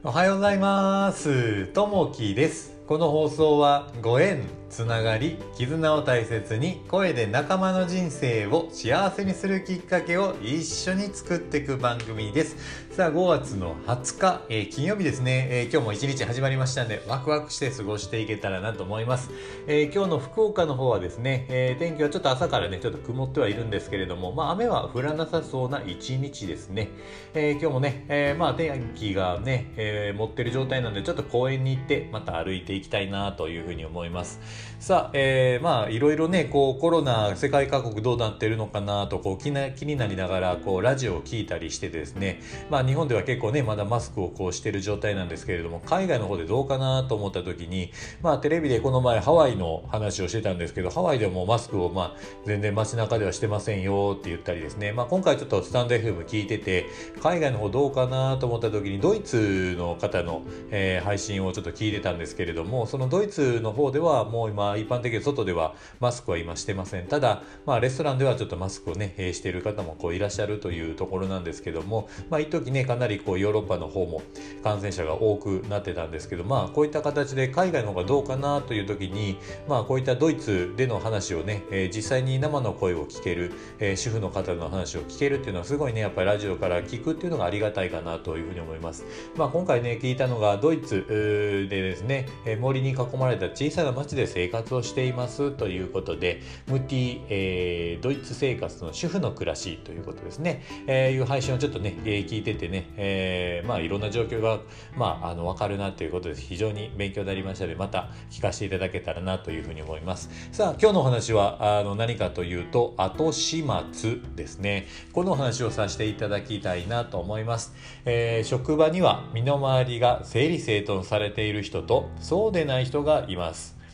おはようございます。ともきです。この放送はご縁、つながり、絆を大切に声で仲間の人生を幸せにするきっかけを一緒に作っていく番組です。さあ5月の20日、金曜日ですね、今日も一日始まりましたのでワクワクして過ごしていけたらなと思います。今日の福岡の方はですね、天気はちょっと朝からねちょっと曇ってはいるんですけれども、雨は降らなさそうな一日ですね。今日もね、天気がね、持ってる状態なのでちょっと公園に行ってまた歩いていきたいなというふうに思います。さあ、いろいろねコロナ世界各国どうなってるのかなと気になりながらラジオを聞いたりしてですね、日本では結構ねまだマスクをしてる状態なんですけれども、海外の方でどうかなと思った時に、テレビでこの前ハワイの話をしてたんですけど、ハワイでもマスクを全然街中ではしてませんよって言ったりですね、今回ちょっとスタンド FM 聞いてて海外の方どうかなと思った時にドイツの方の、配信をちょっと聞いてたんですけれども、そのドイツの方ではもう今一般的に外ではマスクは今してません。ただレストランではちょっとマスクをね、している方もいらっしゃるというところなんですけども、一時ねかなりヨーロッパの方も感染者が多くなってたんですけど、こういった形で海外の方がどうかなという時に、こういったドイツでの話をね、実際に生の声を聞ける、主婦の方の話を聞けるっていうのはすごいねやっぱりラジオから聞くっていうのがありがたいかなというふうに思います。今回ね聞いたのがドイツでですね、森に囲まれた小さな町で生活をしていますということで、ムティ、ドイツ生活の主婦の暮らしということですね、いう配信をちょっとね、聞いててね、いろんな状況が分かるなということで非常に勉強になりましたので、また聞かせていただけたらなというふうに思います。さあ今日のお話は何かというと後始末ですね。このお話をさせていただきたいなと思います。職場には身の回りが整理整頓されている人とそうでない人がいます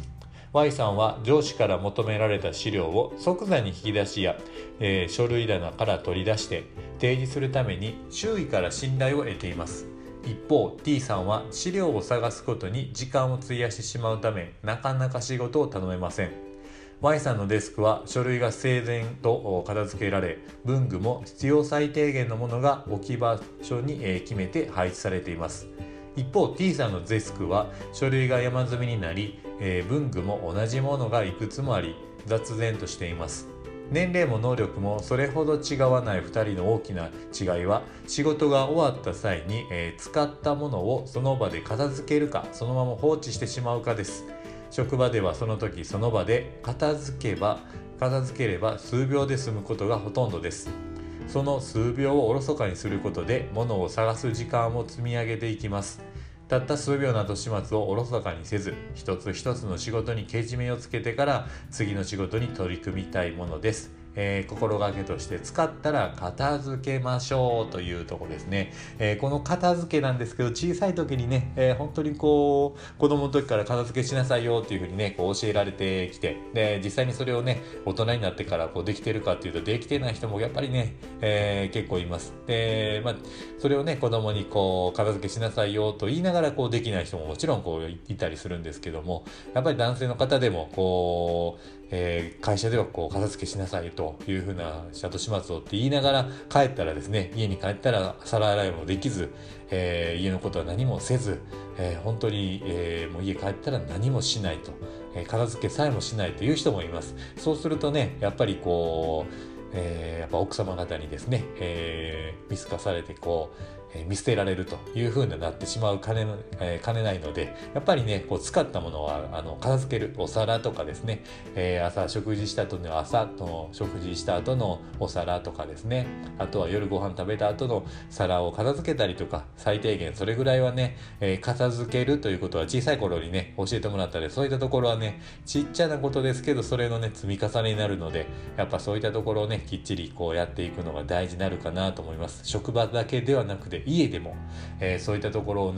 。Y さんは上司から求められた資料を即座に引き出しや、書類棚から取り出して提示するために周囲から信頼を得ています。一方 T さんは資料を探すことに時間を費やしてしまうためなかなか仕事を頼めません。Y さんのデスクは書類が整然と片付けられ、文具も必要最低限のものが置き場所に決めて配置されています。一方 T さんのデスクは書類が山積みになり、文具も同じものがいくつもあり雑然としています。年齢も能力もそれほど違わない2人の大きな違いは、仕事が終わった際に、使ったものをその場で片付けるかそのまま放置してしまうかです。職場ではその時その場で片付ければ数秒で済むことがほとんどです。その数秒をおろそかにすることで物を探す時間を積み上げていきます。たった数秒の後始末をおろそかにせず、一つ一つの仕事にけじめをつけてから次の仕事に取り組みたいものです。心がけとして使ったら片付けましょうというところですね。この片付けなんですけど、小さい時にね、本当に子供の時から片付けしなさいよっていうふうにね教えられてきて、で実際にそれをね大人になってからできてるかっていうとできてない人もやっぱりね、結構います。で、それをね子供に片付けしなさいよと言いながらできない人ももちろんいたりするんですけども、やっぱり男性の方でも会社では片付けしなさいというふうな後始末をって言いながら帰ったらですね、家に帰ったら皿洗いもできず、家のことは何もせず、本当に、もう家帰ったら何もしないと、片付けさえもしないという人もいます。そうするとねやっぱりやっぱ奥様方にですね、見透かされて見捨てられるという風になってしまう兼ねないので、やっぱりね使ったものは片付ける。お皿とかですね、朝食事した後のお皿とかですね、あとは夜ご飯食べた後の皿を片付けたりとか、最低限それぐらいはね、片付けるということは小さい頃にね教えてもらったので、そういったところはねちっちゃなことですけどそれのね積み重ねになるので、やっぱそういったところをねきっちりやっていくのが大事になるかなと思います。職場だけではなくて家でも、そういったところをね、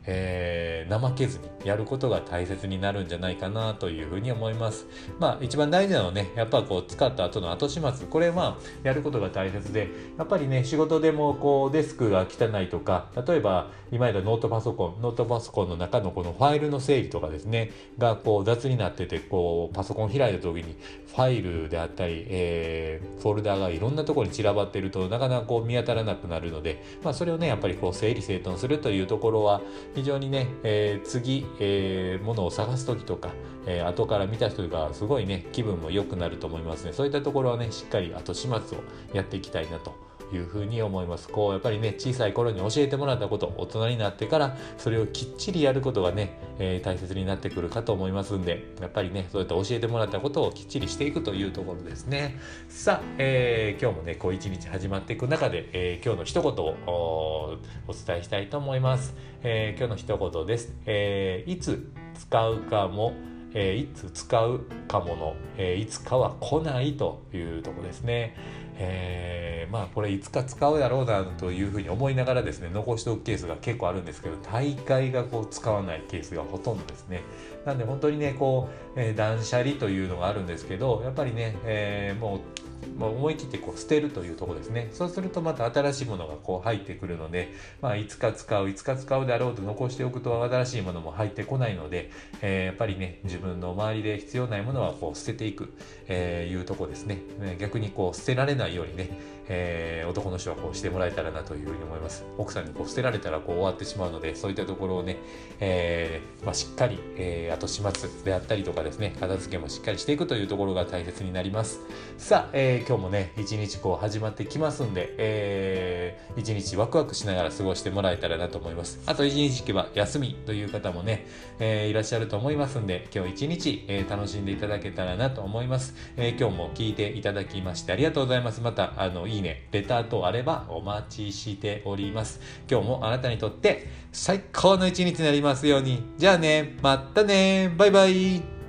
怠けずにやることが大切になるんじゃないかなというふうに思います。一番大事なのはね、やっぱ使った後の後始末、これやることが大切で、やっぱりね、仕事でもデスクが汚いとか、例えば今やノートパソコンの中のこのファイルの整理とかですねが雑になってて、パソコン開いた時にファイルであったり、フォルダがいろんなところに散らばっているとなかなか見当たらなくなるので、それをねやっぱり整理整頓するというところは非常にね、次、物を探す時とか、後から見た人がすごいね気分も良くなると思いますね。そういったところはねしっかり後始末をやっていきたいなというふうに思います。やっぱりね小さい頃に教えてもらったこと、大人になってからそれをきっちりやることがね、大切になってくるかと思いますんで、やっぱりねそうやって教えてもらったことをきっちりしていくというところですね。さあ、今日もね一日始まっていく中で、今日の一言をお伝えしたいと思います。今日の一言です。いつ使うかもいつ使うかもの、いつかは来ないというところですね。これいつか使うだろうなというふうに思いながらですね残しておくケースが結構あるんですけど、大概が使わないケースがほとんどですね。なんで本当にね断捨離というのがあるんですけど、やっぱりね、もう思い切って捨てるというところですね。そうするとまた新しいものが入ってくるので、いつか使うだろうと残しておくと新しいものも入ってこないので、やっぱりね自分の周りで必要ないものは捨てていく、いうところですね。逆に捨てられないようにね、男の人はしてもらえたらなというふうに思います。奥さんに捨てられたら終わってしまうので、そういったところをね、しっかり、後始末であったりとかですね、片付けもしっかりしていくというところが大切になります。さあ、今日もね一日始まってきますんで、一日ワクワクしながら過ごしてもらえたらなと思います。あと一日は休みという方もね、いらっしゃると思いますんで、今日一日、楽しんでいただけたらなと思います。今日も聞いていただきましてありがとうございます。またいいね、レター等あればお待ちしております。今日もあなたにとって最高の一日になりますように。じゃあね、またね、バイバイ。